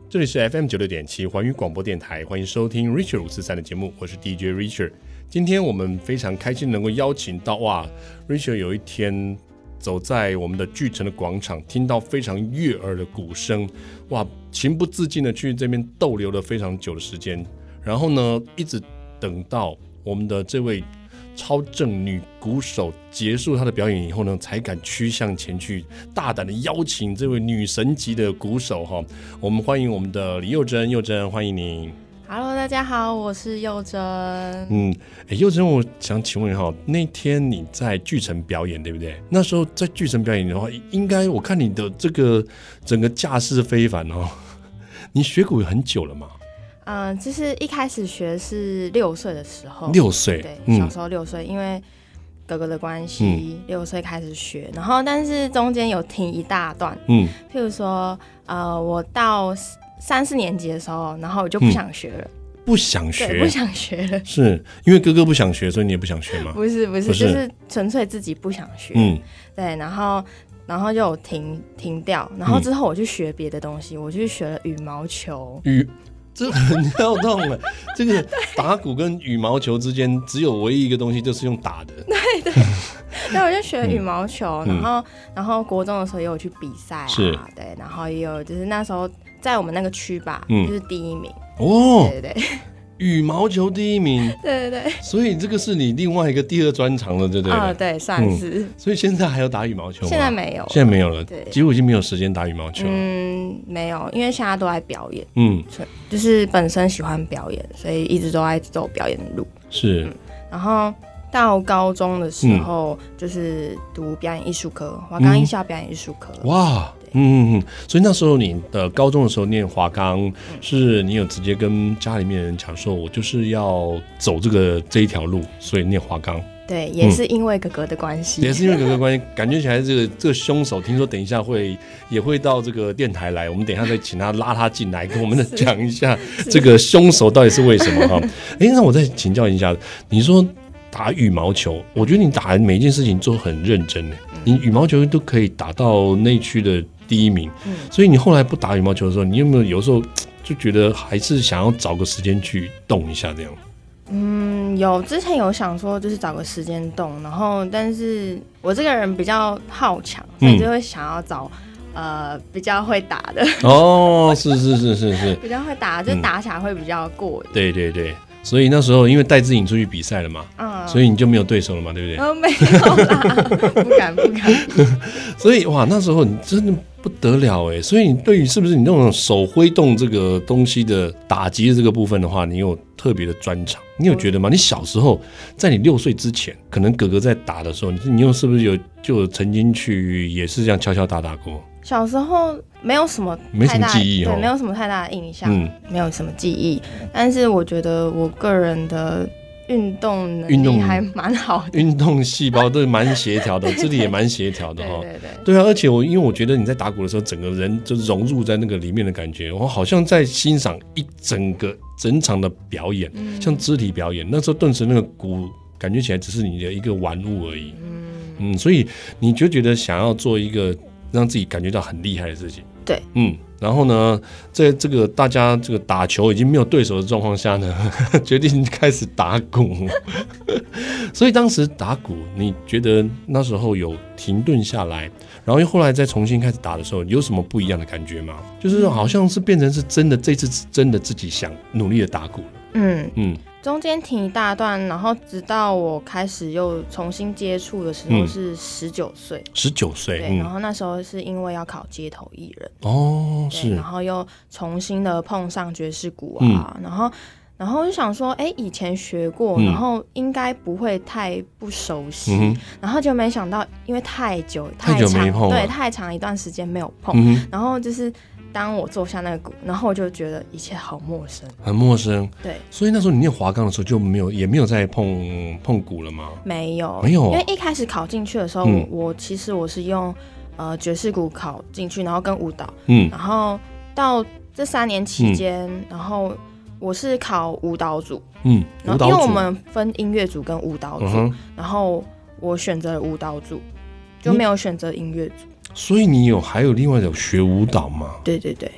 这里是 FM96.7 环宇广播电台，欢迎收听 Richard 543的节目，我是 DJ Richard。今天我们非常开心能够邀请到Richard 有一天走在我们的巨城的广场，听到非常悦耳的鼓声，情不自禁的去这边逗留了非常久的时间，然后呢，一直等到我们的这位超正女鼓手结束她的表演以后呢，才敢趋向前去，大胆的邀请这位女神级的鼓手我们欢迎我们的李幼珍，幼珍欢迎你。 Hello， 大家好，我是幼珍。 幼珍，我想请问那天你在巨城表演对不对？那时候在巨城表演的话，应该我看你的这个整个架势非凡你学鼓很久了吗？ 就是一开始学是6岁的时候。 6岁？ 对，小时候6岁，因为哥哥的关系，6岁开始学，然后但是中间有停一大段，譬如说，我到3、4年级的时候，然后我就不想学了。 不想学？ 对，不想学了。 是因为哥哥不想学，所以你也不想学吗？ 不是，就是纯粹自己不想学。对，然后就有停掉，然后之后我去学别的东西，我去学了羽毛球。 这很跳动了，这个打鼓跟羽毛球之间只有唯一一个东西，就是用打的。 对，我就学羽毛球，然后国中的时候也有去比赛对，然后也有就是那时候在我们那个区吧，就是第1名。对，羽毛球第1名。对， 所以这个是你另外一个第2专长了，对不对？ 对，算是。 所以现在还有打羽毛球吗？ 现在没有， 对，几乎已经没有时间打羽毛球了。 没有，因为现在都在表演。就是本身喜欢表演，所以一直都在走表演的路。 是。 然后到高中的时候，就是读表演艺术科，华冈艺校表演艺术科。 所以那时候你的高中的时候念华冈，是你有直接跟家里面的人讲说，我就是要走这一条路，所以念华冈。 对，也是因为哥哥的关系， 也是因为哥哥关系，感觉起来这个凶手，听说等一下也会到这个电台来，我们等一下再请他拉他进来，跟我们讲一下这个凶手到底是为什么那我再请教一下，你说打羽毛球，我觉得你打每一件事情都很认真，你羽毛球都可以打到内区的第1名，所以你后来不打羽毛球的时候，你有没有时候就觉得还是想要找个时间去动一下这样？ 有之前有想说就是找个时间动，然后但是我这个人比较好强，所以就会想要找比较会打的。是比较会打，就打起来会比较过瘾。对， 所以那时候因为戴资颖出去比赛了嘛，所以你就没有对手了嘛，对不对？ 没有啦，不敢。 所以那时候你真的不得了所以你对于是不是你那种手挥动这个东西的打击的这个部分的话，你有特别的专长？你有觉得吗？你小时候在你6岁之前，可能哥哥在打的时候，你是不是就曾经去也是这样敲敲打打过？ 小时候没有什么记忆， 对，没有什么太大的印象，没有什么记忆。但是我觉得我个人的运动能力还蛮好的， 运动细胞都蛮协调的，肢体也蛮协调的对啊，而且因为我觉得你在打鼓的时候，整个人就融入在那个里面的感觉，我好像在欣赏一整场的表演，像肢体表演。那时候顿时那个鼓感觉起来只是你的一个玩物而已。所以你就觉得想要做一个让自己感觉到很厉害的事情。 对， 然后呢，在这个大家这个打球已经没有对手的状况下呢，决定开始打鼓。所以当时打鼓，你觉得那时候有停顿下来，然后又后来再重新开始打的时候，有什么不一样的感觉吗？就是好像是变成是真的，这次是真的自己想努力的打鼓了。 中间停一大段，然后直到我开始又重新接触的时候是19岁。19岁，对，然后那时候是因为要考街头艺人是，然后又重新的碰上爵士鼓然后就想说，以前学过，然后应该不会太不熟悉，然后就没想到，因为太久没碰，对，太长一段时间没有碰，然后就是当我坐下那个鼓，然后我就觉得一切好陌生， 很陌生。 对， 所以那时候你念华冈的时候就也没有再碰鼓了吗？ 没有，因为一开始考进去的时候，我其实是用爵士鼓考进去，然后跟舞蹈，然后到这3年期间，然后我是考舞蹈组，然后因为我们分音乐组跟舞蹈组，然后我选择了舞蹈组，就没有选择音乐组。 所以你还有另外有学舞蹈吗？ 对，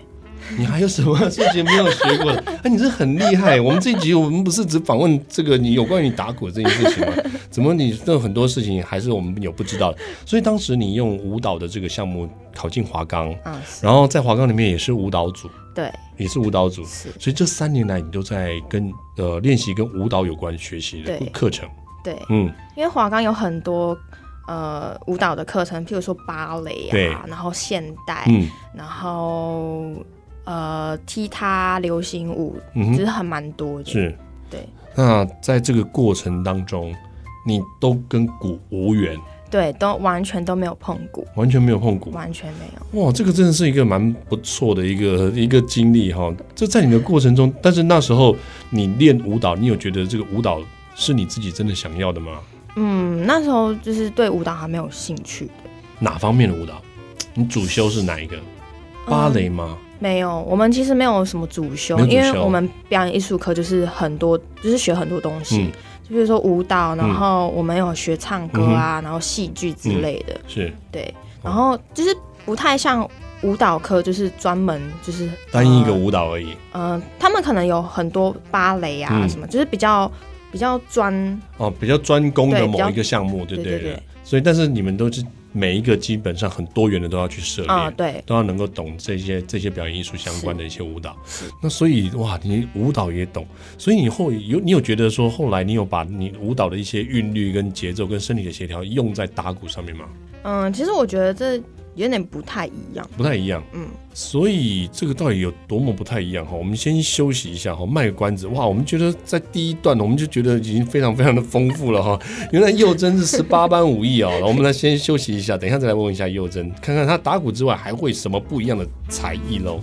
你还有什么事情没有学过的？你这很厉害。我们这一集我们不是只访问这个你有关于你打鼓这件事情吗？怎么你这很多事情还是我们有不知道的？所以当时你用舞蹈的这个项目考进华冈，然后在华冈里面也是舞蹈组， 对， 也是舞蹈组，所以这3年来你都在练习跟舞蹈有关学习的课程。 对，因为华冈有很多舞蹈的课程，譬如说芭蕾啊，然后现代，然后踢踏、流行舞，其实很蛮多的。是，对。 那在这个过程当中，你都跟鼓无缘？ 对，都完全都没有碰鼓， 完全没有碰鼓， 完全没有。 哇，这个真的是一个蛮不错的一个经历哈。这在你的过程中，但是那时候你练舞蹈，你有觉得这个舞蹈是你自己真的想要的吗？ 那时候就是对舞蹈还没有兴趣的。哪方面的舞蹈？你主修是哪一个？芭蕾吗？ 没有，我们其实没有什么主修，因为我们表演艺术科就是很多，就是学很多东西，就比如说舞蹈，然后我们有学唱歌啊，然后戏剧之类的， 是， 对，然后就是不太像舞蹈科，就是专门就是单一一个舞蹈而已。 他们可能有很多芭蕾啊什么，就是比较专比较专攻的某一个项目，对对对。所以，但是你们都是每一个基本上很多元的都要去涉猎， 对， 都要能够懂这些表演艺术相关的一些舞蹈。那所以哇，你舞蹈也懂，所以你有觉得说后来你有把你舞蹈的一些韵律跟节奏跟身体的协调用在打鼓上面吗？ 其实我觉得这有点不太一样， 所以这个到底有多么不太一样哈？我们先休息一下哈，卖个关子。哇，我们觉得在第一段我们就觉得已经非常非常的丰富了哈。原来佑真是18般武艺哦。我们来先休息一下，等一下再来问一下佑真，看看他打鼓之外还会什么不一样的才艺喽。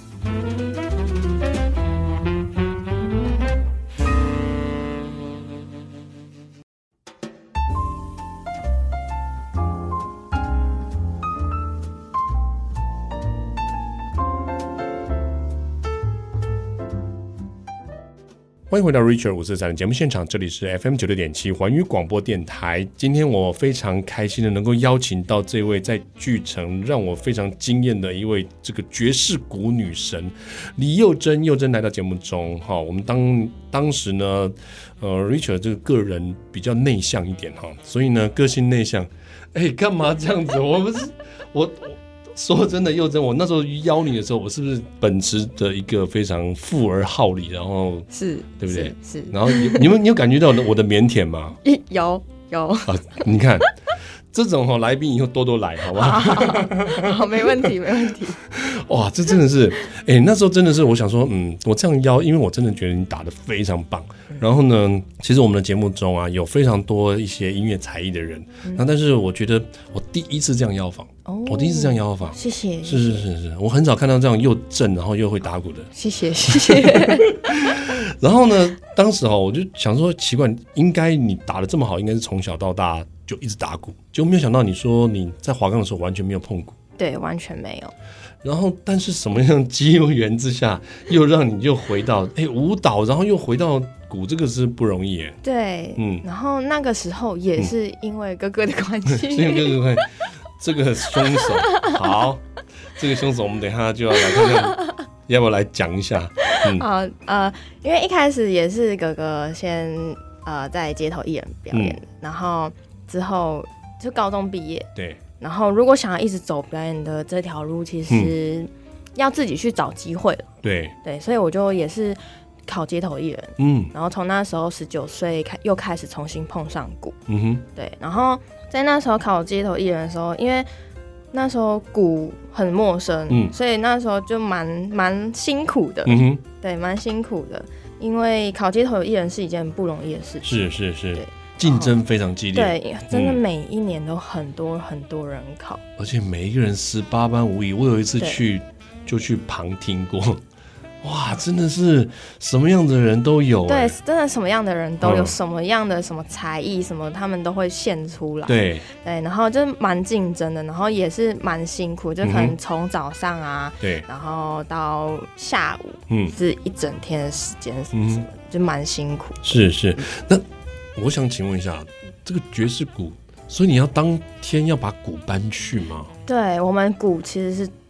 欢迎回到 Richard 543的节目现场，这里是 FM 96.7环宇广播电台。今天我非常开心的能够邀请到这位在巨城让我非常惊艳的一位这个爵士鼓女神李佑真来到节目中。我们当时呢Richard 这个个人比较内向一点，所以呢个性内向。干嘛这样子？我说真的，佑真，我那时候邀你的时候，我是不是本持的一个非常富而好礼，然后是， 对不对？ 是。 然后你有感觉到我的腼腆吗？ 有。 你看这种来宾以后多来，好不好？ 好，没问题。 哇，这真的是，那时候真的是，我想说，我这样邀，因为我真的觉得你打得非常棒。然后呢，其实我们的节目中啊，有非常多一些音乐才艺的人，但是我觉得我第一次这样邀访， 谢谢。 是，我很少看到这样又正然后又会打鼓的。 谢谢。 然后呢，当时我就想说，奇怪，应该你打得这么好，应该是从小到大就一直打鼓，就没有想到你说你在华冈的时候完全没有碰鼓。 对，完全没有。 然后，但是什么样机缘之下，又让你就回到舞蹈，然后又回到鼓，这个是不容易耶。 对，然后那个时候也是因为哥哥的关系， 因为哥哥关系，这个凶手好，这个凶手我们等一下就要来看看，要不要来讲一下？ 因为一开始也是哥哥先在街头艺人表演，然后之后就高中毕业， 对。 然后如果想要一直走表演的这条路，其实要自己去找机会了。对，所以我就也是考街头艺人，然后从那时候19岁又开始重新碰上鼓，对，然后在那时候考街头艺人的时候，因为那时候鼓很陌生，所以那时候就蛮辛苦的，对，蛮辛苦的，因为考街头艺人是一件不容易的事情，是，对。 竞争非常激烈， 对，真的每一年都很多人考， 而且每一个人18般武艺。我有一次去旁听过，哇，真的是什么样的人都有， 对，真的什么样的人都有，什么样的什么才艺什么，他们都会现出来，对，然后就是蛮竞争的，然后也是蛮辛苦，就可能从早上啊，对，然后到下午，是一整天的时间，什么就蛮辛苦， 是，那。我想请问一下，这个爵士鼓，所以你要当天要把鼓搬去吗？ 对，我们鼓其实是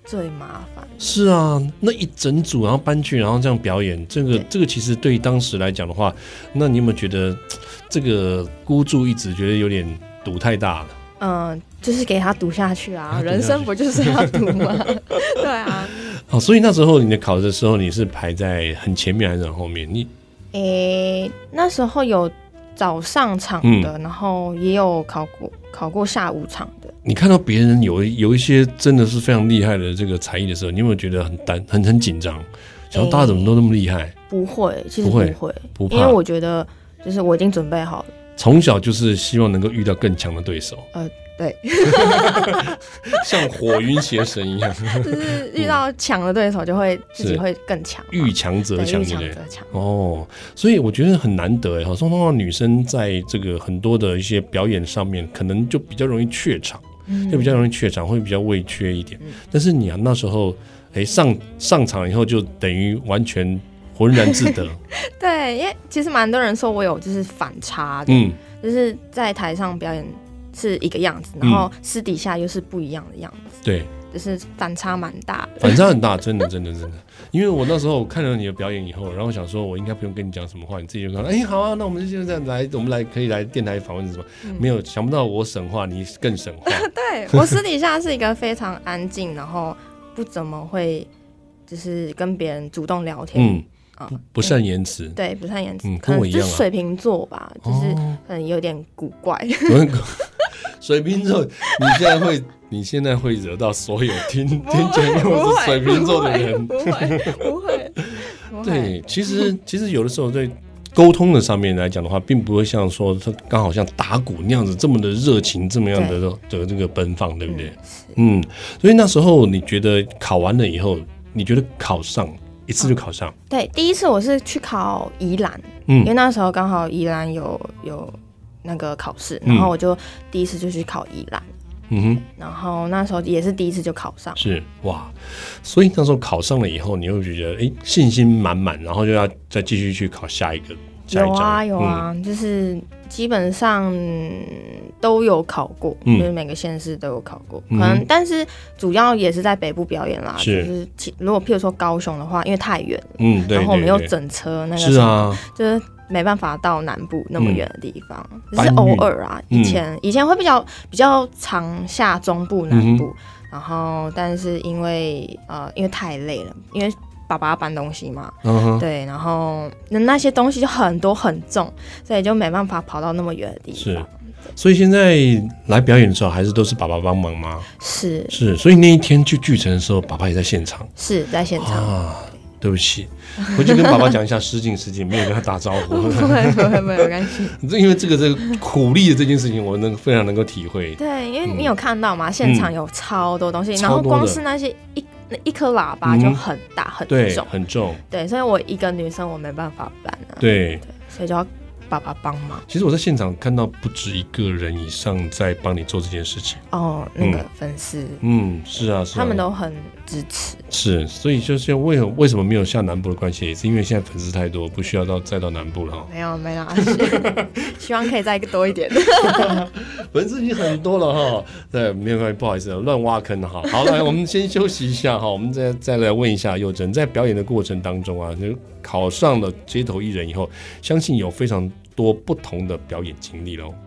最麻烦。 是啊，那一整组然后搬去，然后这样表演，这个其实对于当时来讲的话，那你有没有觉得这个孤注一掷，觉得有点赌太大了？ 就是给他赌下去啊，人生不就是要赌吗？对啊。 所以那时候你的考的时候，你是排在很前面还是很后面？ 那时候有早上场的，然后也有考过下午场的。你看到别人有一些真的是非常厉害的这个才艺的时候，你有没有觉得很紧张？想说大家怎么都那么厉害？ 不会，其实不会， 不怕， 因为我觉得就是我已经准备好了。 从小就是希望能够遇到更强的对手。 对， 像火云邪神一样， 就是遇到强的对手就会自己会更强， 遇强则强，对不对？所以我觉得很难得通常女生在这个很多的一些表演上面，可能就比较容易怯场，会比较畏怯一点。但是你那时候上场以后就等于完全浑然自得。 对，因为其实蛮多人说我有就是反差的，就是在台上表演是一个样子，然后私底下又是不一样的样子。对，就是反差蛮大的， 反差很大，真的。因为我那时候看了你的表演以后，然后想说我应该不用跟你讲什么话，你自己就说好啊，那我们就这样来，我们可以来电台访问什么？没有想不到我省话，你更省话。 对，我私底下是一个非常安静，然后不怎么会就是跟别人主动聊天。 不善言辞。 对，不善言辞， 跟我一样就是水瓶座吧，就是可能有点古怪。 水瓶座，你现在会惹到所有听节目是水瓶座的人。 不会。 对，其实有的时候在沟通的上面来讲的话，并不会像说刚好像打鼓那样子这么的热情，这么样的这个奔放，对不对？所以那时候你觉得考完了以后，你觉得考上一次就考上？ 对，第一次我是去考宜兰，因为那时候刚好宜兰有那个考试，然后我就第一次就去考宜兰。然后那时候也是第一次就考上。 是哇，所以那时候考上了以后，你会觉得信心满满，然后就要再继续去考下一个。 有啊，就是基本上都有考过，就是每个县市都有考过，可能但是主要也是在北部表演啦。就是如果譬如说高雄的话，因为太远了，然后我们又整车那个是啊， 就是没办法到南部那么远的地方，只是偶尔啊。以前会比较常下中部南部，然后但是因为太累了，因为爸爸搬东西嘛，对，然后那些东西就很多很重，所以就没办法跑到那么远的地方。 所以现在来表演的时候，还是都是爸爸帮忙吗？ 是， 所以那一天去巨城的时候，爸爸也在现场。 是在现场啊， 对不起，回去跟爸爸讲一下失敬，没有跟他打招呼。 不会，没关系。 因为这个苦力的这件事情，我非常能够体会。 对，因为你有看到嘛，现场有超多东西，然后光是那些一颗喇叭就很大很重， 很重。 对，所以我一个女生我没办法搬啊。 对， 所以就要爸爸帮忙。 其实我在现场看到不止一个人以上在帮你做这件事情。 那个粉丝， 是啊， 他们都很支持。 是，所以就是为什么没有下南部的关系，也是因为现在粉丝太多，不需要再到南部了。 没有，希望可以再多一点。 粉丝已经很多了哈。对，没有关系，不好意思，乱挖坑哈。好，来，我们先休息一下哈，我们再来问一下佑真，在表演的过程当中啊，就考上了街头艺人以后，相信有非常多不同的表演经历咯。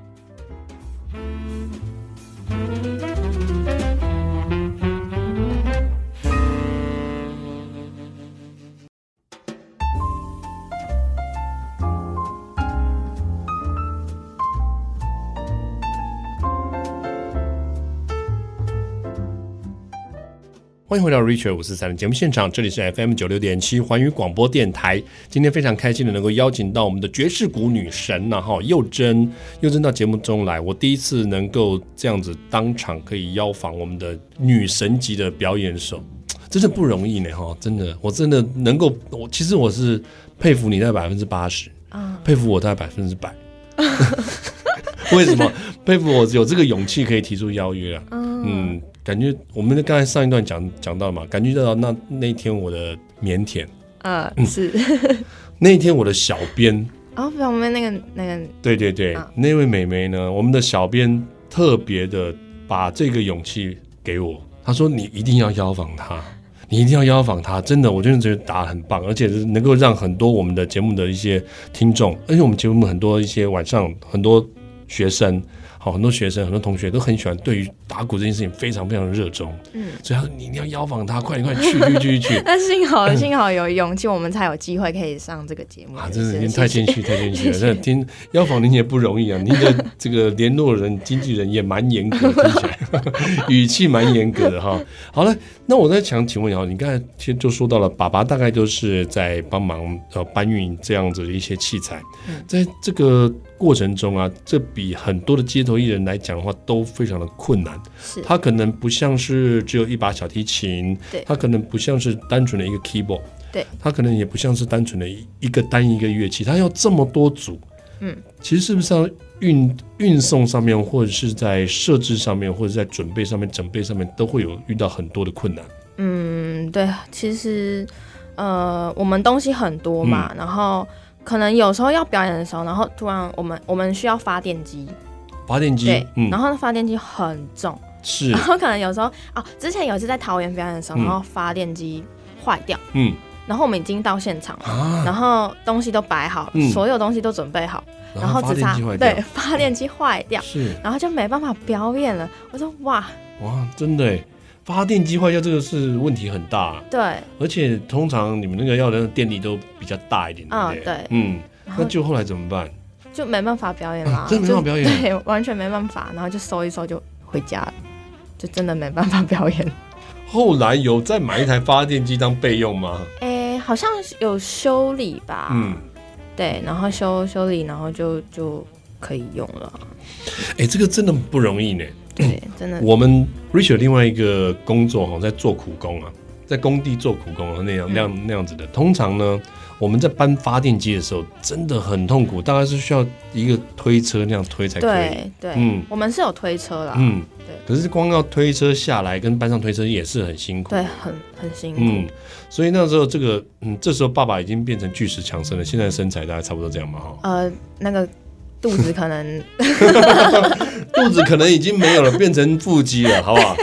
欢迎回到 Richard 543的节目现场，这里是 FM96.7 环宇广播电台。今天非常开心的能够邀请到我们的爵士鼓女神佑真到节目中来。我第一次能够这样子当场可以邀访我们的女神级的表演手，真的不容易呢真的，我真的能够，其实我是佩服你在80%，佩服我在100%。为什么佩服我有这个勇气可以提出邀约啊？感觉我们刚才上一段讲到嘛，感觉到那一天我的腼腆是那一天我的小编我们那个对，那位美眉呢，我们的小编特别的把这个勇气给我， 他说你一定要邀访他，你一定要邀访他，真的，我真的觉得答得很棒，而且能够让很多我们的节目的一些听众，而且我们节目很多一些晚上很多学生。很多学生、很多同学都很喜欢对于打鼓这件事情非常非常的热衷，所以他说你一定要邀访他，快点去。 那幸好有勇气，我们才有机会可以上这个节目。 真的太谦虚了，真的听邀访您也不容易啊，您的这个联络人、经纪人也蛮严格的，听起来语气蛮严格的哈。好了，那我再想请问你刚才其实就说到了，爸爸大概都是在帮忙搬运这样子的一些器材，在这个过程中啊，这比很多的街头艺人来讲的话都非常的困难。他可能不像是只有一把小提琴，他可能不像是单纯的一个 keyboard， 他可能也不像是单纯的一个乐器，他要这么多组。其实是不是要运送上面，或者是在设置上面，或者在准备上面、整备上面，都会有遇到很多的困难。 对，其实我们东西很多嘛，然后可能有时候要表演的时候，然后突然我们需要发电机，对，然后发电机很重， 是， 然后可能有时候之前有一次在桃园表演的时候，然后发电机坏掉，然后我们已经到现场了，然后东西都摆好，所有东西都准备好，然后只差发电机坏掉，是，然后就没办法表演了。我说哇， 真的耶，发电机坏掉这个是问题很大， 对， 而且通常你们那个要的电力都比较大一点， 对， 那就后来怎么办？ 就没办法表演啦， 真的没办法表演， 对，完全没办法，然后就收一收就回家了，就真的没办法表演。 后来有再买一台发电机当备用吗？ 好像有修理吧，对，然后修理，然后就可以用了。 这个真的不容易呢。 对，真的。 我们 Richard 另外一个工作在做苦工啊，在工地做苦工那样子的。通常呢，我们在搬发电机的时候真的很痛苦，大概是需要一个推车那样推才可以。 对，我们是有推车啦。对。 可是光要推车下来跟搬上推车也是很辛苦。 对，很辛苦。 所以那时候这时候爸爸已经变成巨石强森了，现在的身材大概差不多这样嘛那个肚子可能肚子可能已经没有了，变成腹肌了，好不好？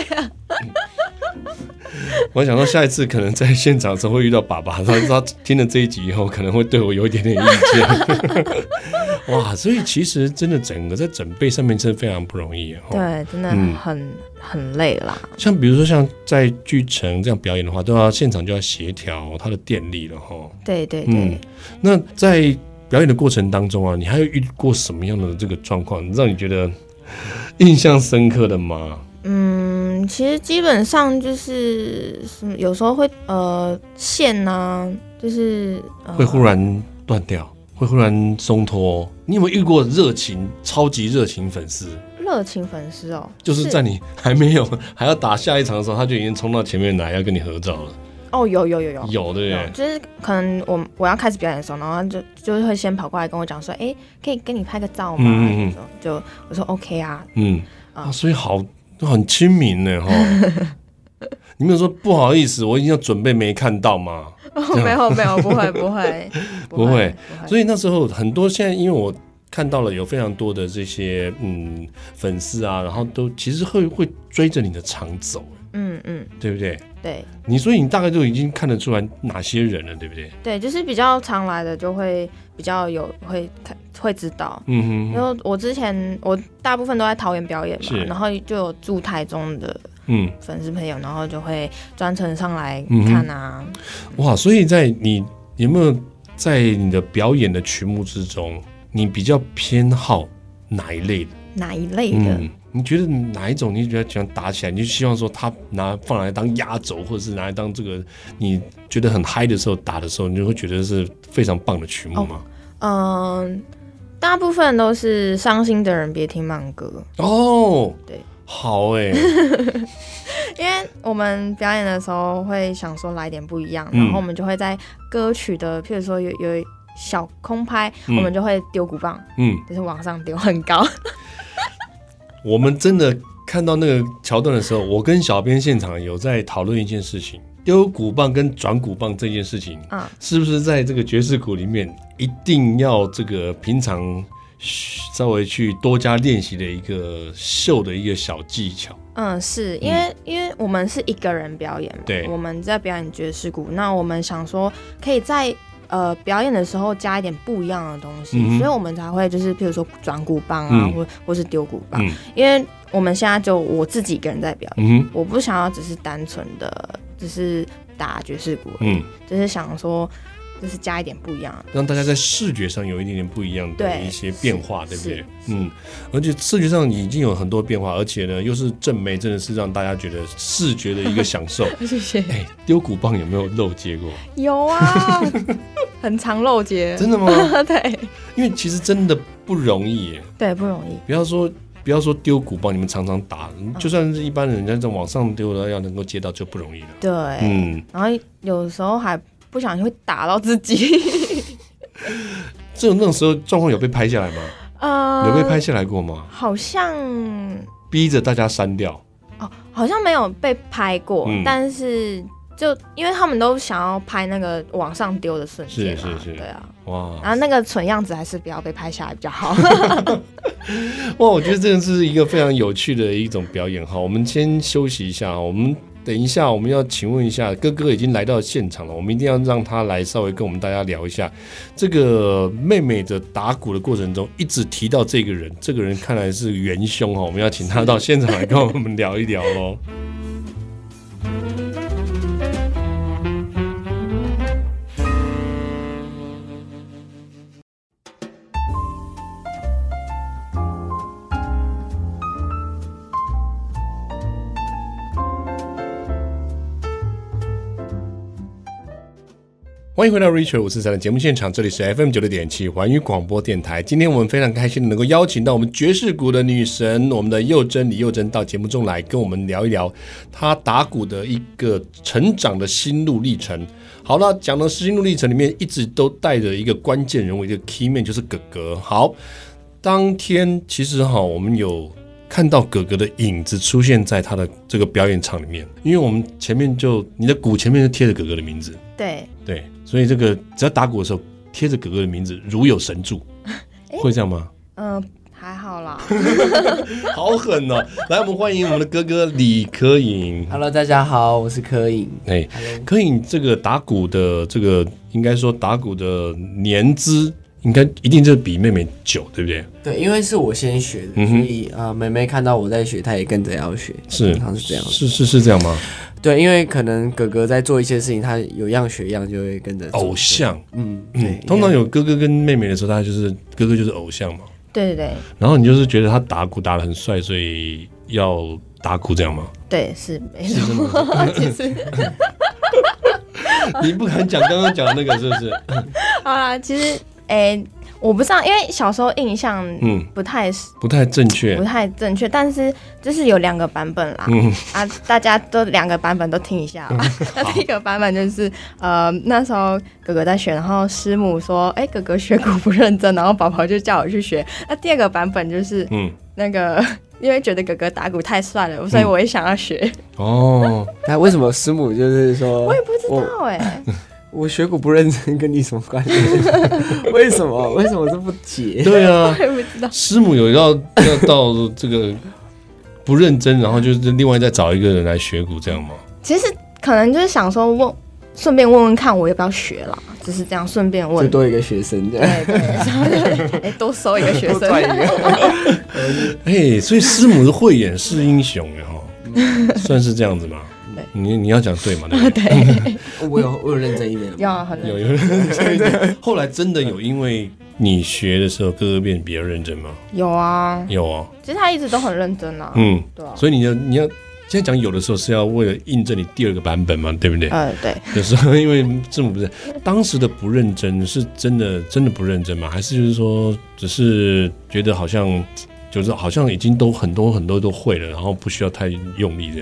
我想到下一次可能在现场的时候会遇到爸爸，他听了这一集以后可能会对我有一点点意见。哇，所以其实真的整个在准备上面真的非常不容易。 对，真的很累啦。 像比如说像在巨城这样表演的话，都要现场就要协调它的电力了齁。 对。 那在表演的过程当中啊，你还有遇过什么样的这个状况让你觉得印象深刻的吗？ 其实基本上就是有时候会线啊，就是会忽然断掉，会忽然松脱。你有没有遇过超级热情粉丝？ 热情粉丝就是在你还没有还要打下一场的时候，他就已经冲到前面来要跟你合照了。 有， 对不对？ 就是可能我要开始表演的时候，然后就会先跑过来跟我讲说，可以跟你拍个照吗？就我说 OK 啊， 所以很亲民呢你没有说不好意思，我已经要准备没看到吗？ 没有，不会。 所以那时候很多现在，因为我看到了有非常多的这些粉丝啊，然后都其实会追着你的场走，对不对？ 对， 所以你大概都已经看得出来哪些人了，对不对？ 对，就是比较常来的就会比较会知道。因为我之前大部分都在桃园表演嘛，然后就有住台中的粉丝朋友，然后就会专程上来看啊。 哇，所以你有没有在你的表演的曲目之中，你比较偏好哪一类的？你觉得哪一种你比较喜欢打起来？你就希望说他放来当压轴，或者是拿来当这个你觉得很嗨的时候打的时候，你就会觉得是非常棒的曲目吗？ 大部分都是伤心的人别听慢歌。对， 好因为我们表演的时候会想说来点不一样，然后我们就会在歌曲的，譬如说有小空拍，我们就会丢鼓棒，就是往上丢很高。 我们真的看到那个桥段的时候，我跟小编现场有在讨论一件事情，丢鼓棒跟转鼓棒这件事情，是不是在这个爵士鼓里面一定要这个平常稍微去多加练习的一个秀的一个小技巧。 是因为我们是一个人表演嘛， 对， 我们在表演爵士鼓，那我们想说可以在表演的时候加一点不一样的东西，所以我们才会就是譬如说转鼓棒啊，或是丢鼓棒，因为我们现在就我自己一个人在表演，我不想要只是单纯的只是打爵士鼓而已，就是想说就是加一点不一样的， 让大家在视觉上有一点点不一样的一些变化， 对不对？而且视觉上已经有很多变化，而且呢又是正妹，真的是让大家觉得视觉的一个享受。 谢谢。 丢鼓棒有没有漏接过？ 有啊，很常漏接。 真的吗？ 对， 因为其实真的不容易耶。 对，不容易。 不要说丢鼓棒，你们常常打，就算是一般人家在往上丢的，要能够接到就不容易了。 对，然后有时候还不小心会打到自己。 那种时候状况有被拍下来吗？有被拍下来过吗？ 好像逼着大家删掉。 好像没有被拍过，但是就因为他们都想要拍那个往上丢的瞬间嘛，是，对啊，哇，然后那个蠢样子还是不要被拍下来比较好。 哇，我觉得这个是一个非常有趣的一种表演哈。我们先休息一下，我们等一下我们要请问一下哥哥已经来到现场了，我们一定要让他来稍微跟我们大家聊一下这个妹妹的打鼓的过程中一直提到这个人看来是元凶哈，我们要请他到现场来跟我们聊一聊咯。欢迎回到 Richard 543的节目现场，这里是 FM96.7 环宇广播电台。今天我们非常开心的能够邀请到我们爵士鼓的女神，我们的佑真李佑真到节目中来跟我们聊一聊她打鼓的一个成长的心路历程。好了，讲的心路历程里面一直都带着一个关键人物，一个 key man 就是哥哥。好，当天其实我们有看到哥哥的影子出现在他的这个表演场里面，因为我们前面你的鼓前面就贴着哥哥的名字，对，所以这个只要打鼓的时候贴着哥哥的名字，如有神助，会这样吗？ 还好啦。 好狠哦！来，我们欢迎我们的哥哥李科颖。 Hello， 大家好，我是科颖。 科颖这个打鼓的应该说打鼓的年资。一定就是比妹妹久，对不对？ 对，因为是我先学的，所以妹妹看到我在学，她也跟着要学， 是这样， 是这样吗？ 对，因为可能哥哥在做一些事情，他有样学样，就会跟着做。 偶像， 对， 通常有哥哥跟妹妹的时候，他就是哥哥就是偶像嘛。 对。 然后你就是觉得他打鼓打得很帅，所以要打鼓这样吗？ 对，是没错。其实你不敢讲刚刚讲的那个是不是？ 好啦，其实。我不知道，因为小时候印象不太正确， 但是就是有2个版本啦，大家都2个版本都听一下啦。那第一个版本就是那时候哥哥在学，然后师母说，哥哥学鼓不认真，然后宝宝就叫我去学。那第2个版本就是那个。因为觉得哥哥打鼓太帅了，所以我也想要学。 那为什么师母就是说？ 我也不知道我学鼓不认真跟你什么关系？为什么这不解？ 对啊， 我也不知道。 师母有要到这个不认真，然后就是另外再找一个人来学鼓这样吗？ 其实可能就是想说顺便问问看我要不要学啦，只是这样顺便问， 就多一个学生这样。 对，多收一个学生， 多赚一个。 所以师母是慧眼识英雄算是这样子吗？你要讲对嘛？ 对， 我有认真一点， 有认真一点。后来真的有因为你学的时候，哥哥变比较认真吗？ 有啊。 其实他一直都很认真啊。对啊。 所以你要现在讲有的时候是要为了印证你第2个版本嘛，对不对？ 对。 有时候因为字母不是当时的不认真，是真的不认真吗？还是就是说只是觉得好像已经都很多都会了，然后不需要太用力这样？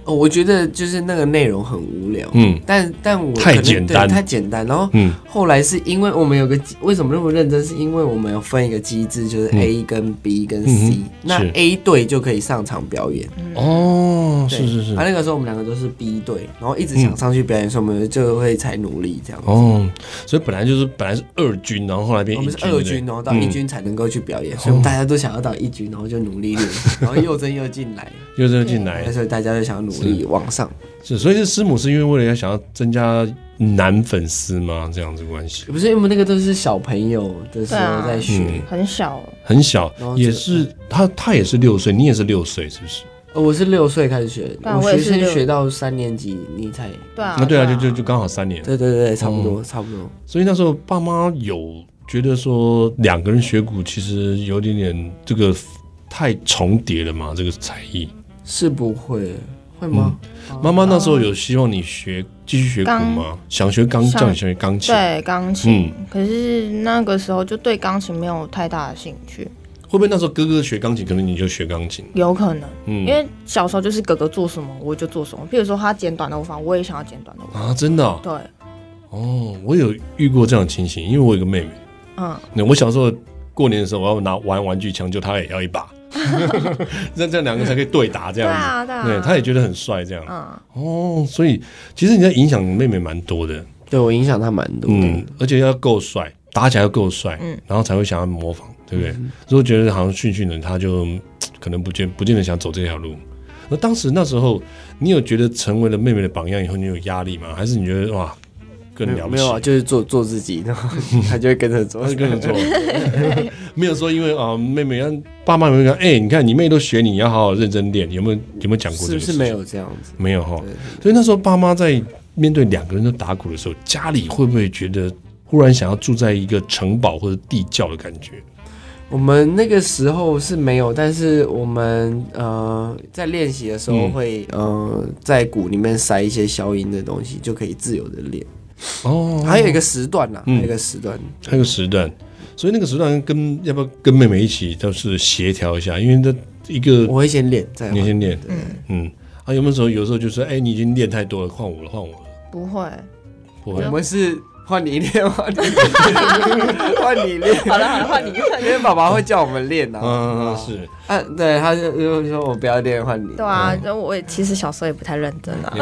我觉得就是那个内容很无聊，但我太简单， 然后后来是因为我们有个为什么那么认真，是因为我们有分一个机制，就是 A 跟 B 跟 C，那 A 队就可以上场表演。 哦，是。 那个时候我们两个都是 B 队，然后一直想上去表演，所以我们就会才努力这样子。 哦，所以本来是2军，然后后来变1军， 我们是2军，然后到1军才能够去表演，所以我们大家都想要到1军，然后就努力练，然后佑真又进来，所以大家就想要努力往上。 是，所以是师母是因为为了想要增加男粉丝吗？这样子关系？ 不是，因为我们那个都是小朋友的时候在学， 很小， 也是他也是6岁，你也是6岁，是不是？ 我是6岁开始学，我先学到3年级，你才对啊，就刚好3年。 对，差不多。 所以那时候爸妈有觉得说2个人学鼓其实有点这个太重叠了嘛，这个才艺是不会吗？ 妈妈那时候有希望你继续学鼓吗？想学钢琴， 对钢琴，可是那个时候就对钢琴没有太大的兴趣。 会不会那时候哥哥学钢琴，可能你就学钢琴？ 有可能，因为小时候就是哥哥做什么我就做什么。譬如说他剪短头发，我也想要剪短头发啊，真的哦？ 对。 哦，我有遇过这样的情形，因为我有个妹妹，我小时候过年的时候，我要拿玩具枪，就她也要一把，这样2个才可以对打这样子。对，她也觉得很帅这样。所以其实你在影响妹妹蛮多的。 对，我影响她蛮多的， 而且要够帅，打起来要够帅，然后才会想要模仿。对不对？如果觉得好像训的，他就可能不见得想走这条路。那时候，你有觉得成为了妹妹的榜样以后，你有压力吗？还是你觉得哇更了不起？ 没有啊，就是做自己，然后他就会跟着做， 没有说因为妹妹让爸妈有没有讲，你看你妹都学你，要好好认真练，有没有讲过这个事情？ 是没有这样子， 没有哈。所以那时候爸妈在面对2个人都打鼓的时候，家里会不会觉得忽然想要住在一个城堡或者地窖的感觉？ 我们那个时候是没有，但是我们在练习的时候会在鼓里面塞一些消音的东西，就可以自由的练。还有一个时段啦，还有一个时段， 所以那个时段要不要跟妹妹一起就是协调一下？因为这一个我会先练， 你先练，有没有时候就是你已经练太多了，换我了？ 不会， 我们是。换你练，换你练。 好了，换你练。 因为爸爸会叫我们练是。 对，他就说我不要练，换你。 对啊，我其实小时候也不太认真啊。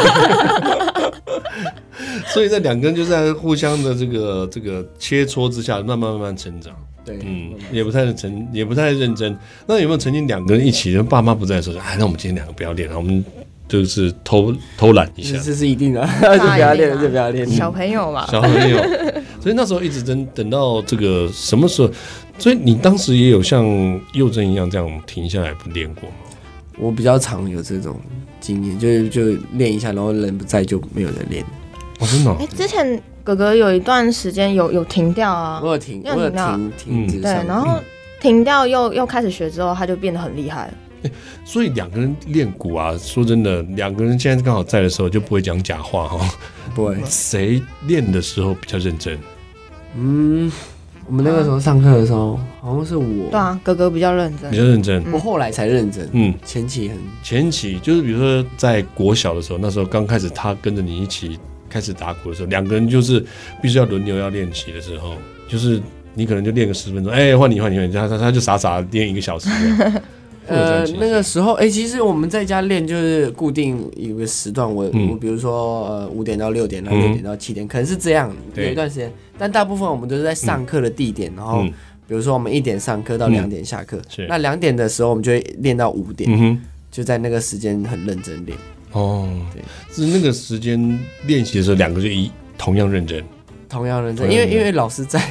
所以在2个人就在互相的这个切磋之下，慢慢成长。 对， 也不太认真。那有没有曾经2个人一起，爸妈不在的时候，那我们今天2个不要练了，我们就是偷懒一下， 这是一定的，就不要练， 小朋友嘛， 所以那时候一直等到这个什么时候？所以你当时也有像佑真一样这样停下来不练过吗？ 我比较常有这种经验，就练一下，然后人不在就没有人练。 真的？ 之前哥哥有一段时间有停掉啊， 我有停止， 对，然后停掉又开始学之后，他就变得很厉害了。 所以2个人练鼓啊，说真的，2个人现在刚好在的时候就不会讲假话哈。 不会。 谁练的时候比较认真？ 我们那个时候上课的时候，好像是我。 对啊，哥哥比较认真。 我后来才认真。前期就是比如说在国小的时候，那时候刚开始他跟着你一起开始打鼓的时候，2个人就是必须要轮流要练习的时候，就是你可能就练个10分钟，换你，他就傻傻练1个小时。 那个时候，其实我们在家练就是固定一个时段，我比如说5点到6点，然后6点到7点，可能是这样有一段时间，但大部分我们都是在上课的地点，然后比如说我们1点上课到2点下课，那2点的时候我们就会练到5点，就在那个时间很认真练。 对，是那个时间练习的时候，2个就同样认真。 因为老师在，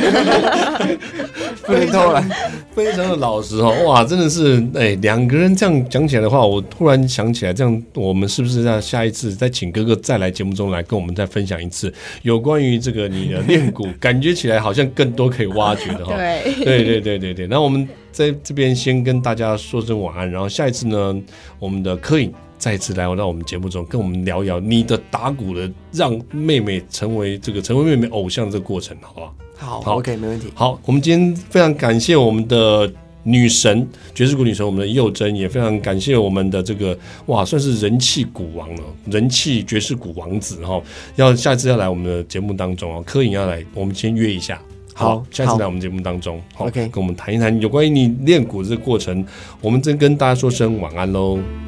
不能偷懒， 非常的老实哇，真的是2个人这样讲起来的话，我突然想起来，这样我们是不是在下一次再请哥哥再来节目中来跟我们再分享一次有关于这个你的练鼓，感觉起来好像更多可以挖掘的对。那我们在这边先跟大家说声晚安，然后下一次呢，我们的柯颖再次来到我们节目中，跟我们聊一聊你的打鼓的让妹妹成为妹妹偶像的这个过程，好不好？ 好 ，OK， 没问题。 好，我们今天非常感谢我们的女神，爵士鼓女神我们的佑真，也非常感谢我们的这个哇，算是人气鼓王了，人气爵士鼓王子哈，下次要来我们的节目当中哦，柯颖要来，我们先约一下。好，下次来我们节目当中，好，跟我们谈一谈有关于你练鼓这个过程。我们真跟大家说声晚安喽。